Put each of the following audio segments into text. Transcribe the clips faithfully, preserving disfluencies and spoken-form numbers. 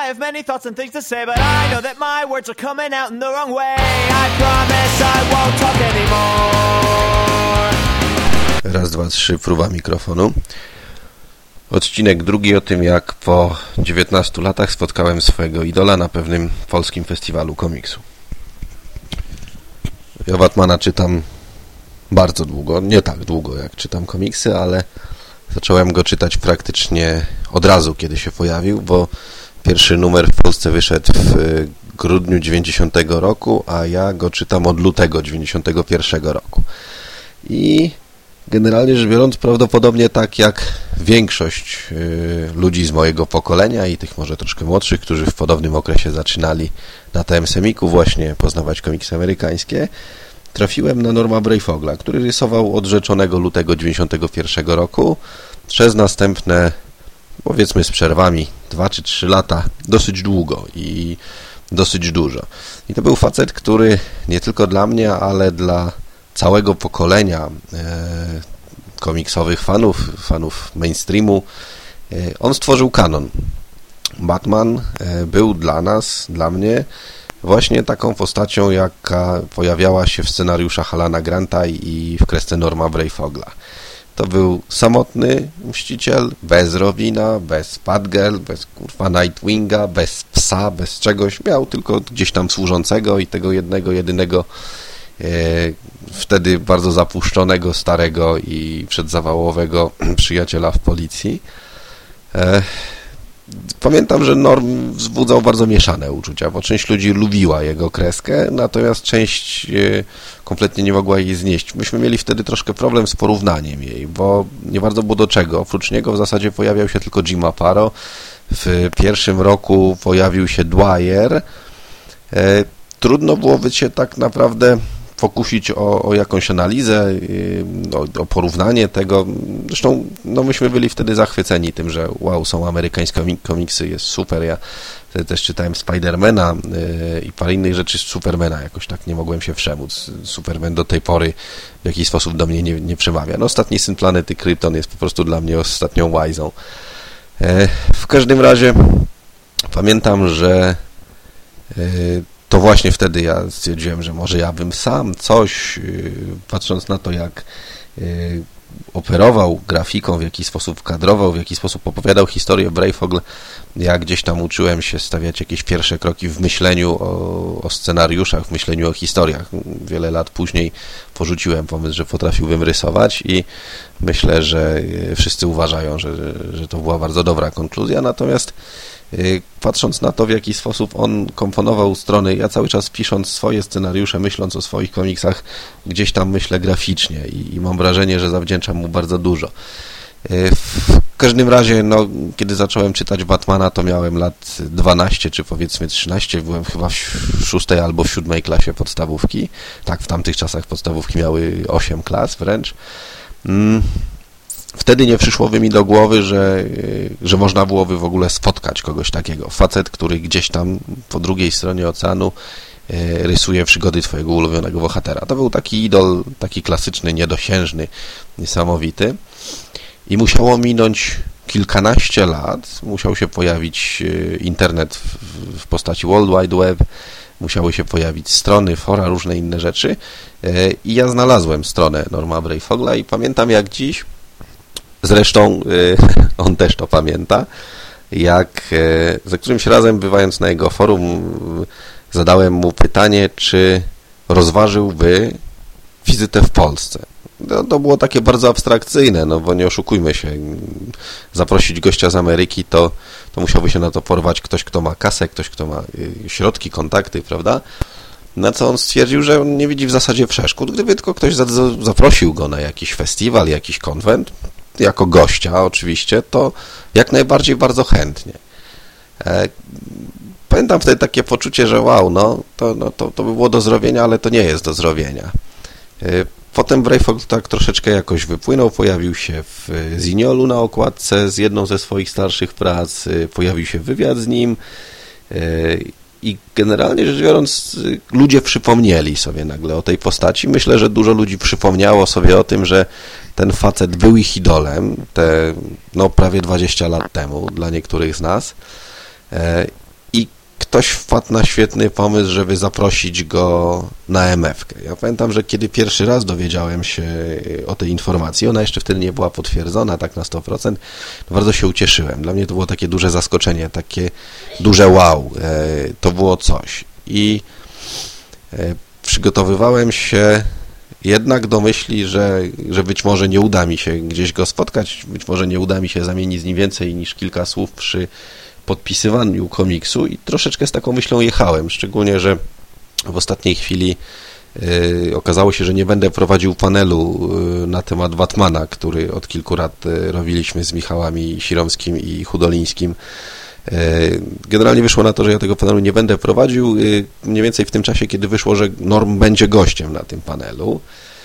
have many thoughts and things to say, but I know that my words are coming out in the wrong way. I promise I won't talk anymore. Raz, dwa, trzy, próba mikrofonu. Odcinek drugi o tym, jak po dziewiętnastu latach spotkałem swojego idola na pewnym polskim festiwalu komiksu. Ja Batmana czytam bardzo długo, nie tak długo jak czytam komiksy, ale zacząłem go czytać praktycznie od razu, kiedy się pojawił, bo pierwszy numer w Polsce wyszedł w grudniu dziewięćdziesiątego roku, a ja go czytam od lutego dziewięćdziesiątego pierwszego roku. I generalnie rzecz biorąc, prawdopodobnie tak jak większość y, ludzi z mojego pokolenia i tych może troszkę młodszych, którzy w podobnym okresie zaczynali na T M Semiku właśnie poznawać komiksy amerykańskie, trafiłem na Norma Breyfogla, który rysował od rzeczonego lutego dziewięćdziesiątego pierwszego roku przez następne, powiedzmy z przerwami, dwa czy trzy lata, dosyć długo i dosyć dużo. I to był facet, który nie tylko dla mnie, ale dla całego pokolenia e, komiksowych fanów, fanów mainstreamu, e, on stworzył kanon. Batman e, był dla nas, dla mnie, właśnie taką postacią, jaka pojawiała się w scenariuszach Alana Granta i w kresce Norma Breyfogla. To był samotny mściciel, bez Robina, bez Batgirl, bez kurwa Nightwinga, bez psa, bez czegoś. Miał tylko gdzieś tam służącego i tego jednego, jedynego e, wtedy bardzo zapuszczonego, starego i przedzawałowego przyjaciela w policji. E, Pamiętam, że Norm wzbudzał bardzo mieszane uczucia, bo część ludzi lubiła jego kreskę, natomiast część kompletnie nie mogła jej znieść. Myśmy mieli wtedy troszkę problem z porównaniem jej, bo nie bardzo było do czego. Oprócz niego w zasadzie pojawiał się tylko Jim Aparo. W pierwszym roku pojawił się Dwyer. Trudno byłoby się tak naprawdę pokusić o, o jakąś analizę, o, o porównanie tego. Zresztą no myśmy byli wtedy zachwyceni tym, że wow, są amerykańskie komiksy, jest super. Ja wtedy też czytałem Spidermana yy, i parę innych rzeczy z Supermana. Jakoś tak nie mogłem się przemóc. Superman do tej pory w jakiś sposób do mnie nie, nie przemawia. No, Ostatni Syn Planety Krypton jest po prostu dla mnie ostatnią łajzą. Yy, w każdym razie pamiętam, że yy, to właśnie wtedy ja stwierdziłem, że może ja bym sam coś, yy, patrząc na to, jak yy, operował grafiką, w jaki sposób kadrował, w jaki sposób opowiadał historię Breyfogl, ja gdzieś tam uczyłem się stawiać jakieś pierwsze kroki w myśleniu o, o scenariuszach, w myśleniu o historiach. Wiele lat później porzuciłem pomysł, że potrafiłbym rysować i myślę, że wszyscy uważają, że, że to była bardzo dobra konkluzja, natomiast patrząc na to, w jaki sposób on komponował strony, ja cały czas pisząc swoje scenariusze, myśląc o swoich komiksach, gdzieś tam myślę graficznie i, i mam wrażenie, że zawdzięczam mu bardzo dużo. W każdym razie, no, kiedy zacząłem czytać Batmana, to miałem lat dwanaście, czy powiedzmy trzynaście, byłem chyba w szóstej albo w siódmej klasie podstawówki. Tak, w tamtych czasach podstawówki miały osiem klas wręcz. Mm. Wtedy nie przyszłoby mi do głowy, że, że można byłoby w ogóle spotkać kogoś takiego. Facet, który gdzieś tam po drugiej stronie oceanu rysuje przygody twojego ulubionego bohatera. To był taki idol, taki klasyczny, niedosiężny, niesamowity. I musiało minąć kilkanaście lat. Musiał się pojawić internet w, w postaci World Wide Web. Musiały się pojawić strony, fora, różne inne rzeczy. I ja znalazłem stronę Norma Breyfogla i pamiętam jak dziś, zresztą y, on też to pamięta, jak y, za którymś razem, bywając na jego forum, y, zadałem mu pytanie, czy rozważyłby wizytę w Polsce. No, to było takie bardzo abstrakcyjne, no bo nie oszukujmy się, zaprosić gościa z Ameryki, to, to musiałby się na to porwać ktoś, kto ma kasę, ktoś, kto ma y, środki, kontakty, prawda? Na co on stwierdził, że on nie widzi w zasadzie przeszkód, gdyby tylko ktoś za, zaprosił go na jakiś festiwal, jakiś konwent, jako gościa oczywiście, to jak najbardziej bardzo chętnie. E, pamiętam wtedy takie poczucie, że wow, no to, no to, to by było do zrobienia, ale to nie jest do zrobienia. E, potem Breyfogl tak troszeczkę jakoś wypłynął, pojawił się w Ziniolu na okładce z jedną ze swoich starszych prac, e, pojawił się wywiad z nim e, i generalnie rzecz biorąc ludzie przypomnieli sobie nagle o tej postaci. Myślę, że dużo ludzi przypomniało sobie o tym, że ten facet był ich idolem te no, prawie dwadzieścia lat temu dla niektórych z nas ktoś wpadł na świetny pomysł, żeby zaprosić go na em efkę. Ja pamiętam, że kiedy pierwszy raz dowiedziałem się o tej informacji, ona jeszcze wtedy nie była potwierdzona tak na sto procent, bardzo się ucieszyłem. Dla mnie to było takie duże zaskoczenie, takie duże wow. To było coś. I przygotowywałem się jednak do myśli, że, że być może nie uda mi się gdzieś go spotkać, być może nie uda mi się zamienić z nim więcej niż kilka słów przy podpisywaniu komiksu i troszeczkę z taką myślą jechałem, szczególnie, że w ostatniej chwili y, okazało się, że nie będę prowadził panelu y, na temat Batmana, który od kilku lat y, robiliśmy z Michałami Siromskim i Hudolińskim. Y, generalnie wyszło na to, że ja tego panelu nie będę prowadził, y, mniej więcej w tym czasie, kiedy wyszło, że Norm będzie gościem na tym panelu,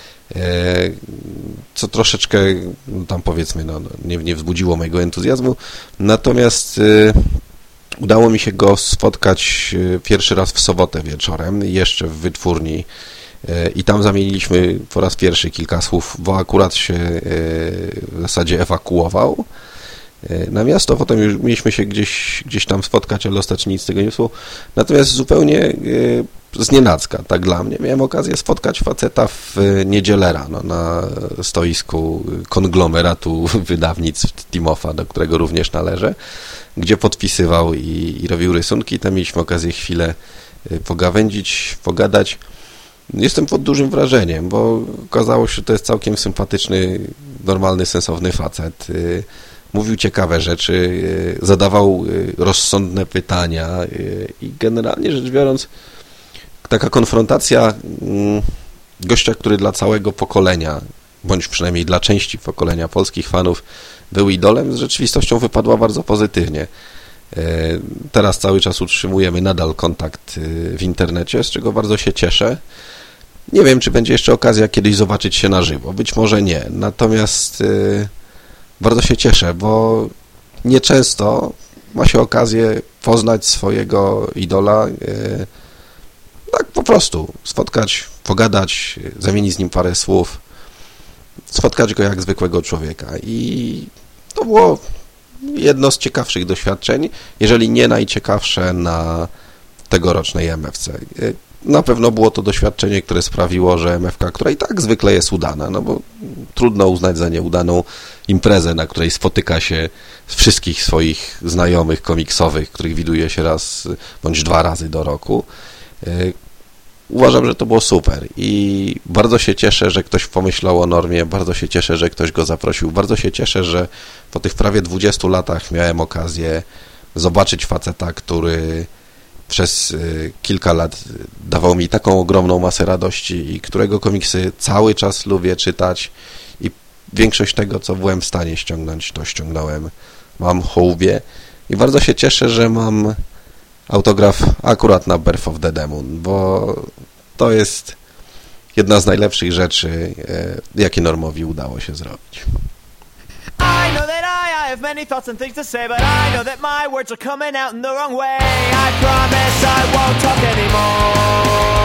co troszeczkę tam powiedzmy no, nie, nie wzbudziło mojego entuzjazmu, natomiast y, udało mi się go spotkać y, pierwszy raz w sobotę wieczorem, jeszcze w wytwórni y, i tam zamieniliśmy po raz pierwszy kilka słów, bo akurat się y, w zasadzie ewakuował y, na miasto, potem już mieliśmy się gdzieś, gdzieś tam spotkać, ale ostatecznie nic z tego nie było, natomiast zupełnie y, znienacka, tak dla mnie. Miałem okazję spotkać faceta w niedzielę rano na stoisku konglomeratu wydawnictw Timofa, do którego również należę, gdzie podpisywał i, i robił rysunki. Tam mieliśmy okazję chwilę pogawędzić, pogadać. Jestem pod dużym wrażeniem, bo okazało się, że to jest całkiem sympatyczny, normalny, sensowny facet. Mówił ciekawe rzeczy, zadawał rozsądne pytania i generalnie rzecz biorąc taka konfrontacja gościa, który dla całego pokolenia, bądź przynajmniej dla części pokolenia polskich fanów był idolem, z rzeczywistością wypadła bardzo pozytywnie. Teraz cały czas utrzymujemy nadal kontakt w internecie, z czego bardzo się cieszę. Nie wiem, czy będzie jeszcze okazja kiedyś zobaczyć się na żywo. Być może nie. Natomiast bardzo się cieszę, bo nieczęsto ma się okazję poznać swojego idola, tak po prostu spotkać, pogadać, zamienić z nim parę słów, spotkać go jak zwykłego człowieka i to było jedno z ciekawszych doświadczeń, jeżeli nie najciekawsze na tegorocznej em ef ce. Na pewno było to doświadczenie, które sprawiło, że em ef ka, która i tak zwykle jest udana, no bo trudno uznać za nieudaną imprezę, na której spotyka się wszystkich swoich znajomych komiksowych, których widuje się raz bądź dwa razy do roku. Uważam, że to było super i bardzo się cieszę, że ktoś pomyślał o Normie, bardzo się cieszę, że ktoś go zaprosił, bardzo się cieszę, że po tych prawie dwudziestu latach miałem okazję zobaczyć faceta, który przez kilka lat dawał mi taką ogromną masę radości i którego komiksy cały czas lubię czytać i większość tego, co byłem w stanie ściągnąć, to ściągnąłem, mam hołbie i bardzo się cieszę, że mam autograf akurat na Birth of the Demon, bo to jest jedna z najlepszych rzeczy, jakie Normowi udało się zrobić. I know that I, I have many thoughts and things to say, but I know that my words are coming out in the wrong way. I promise I won't talk anymore.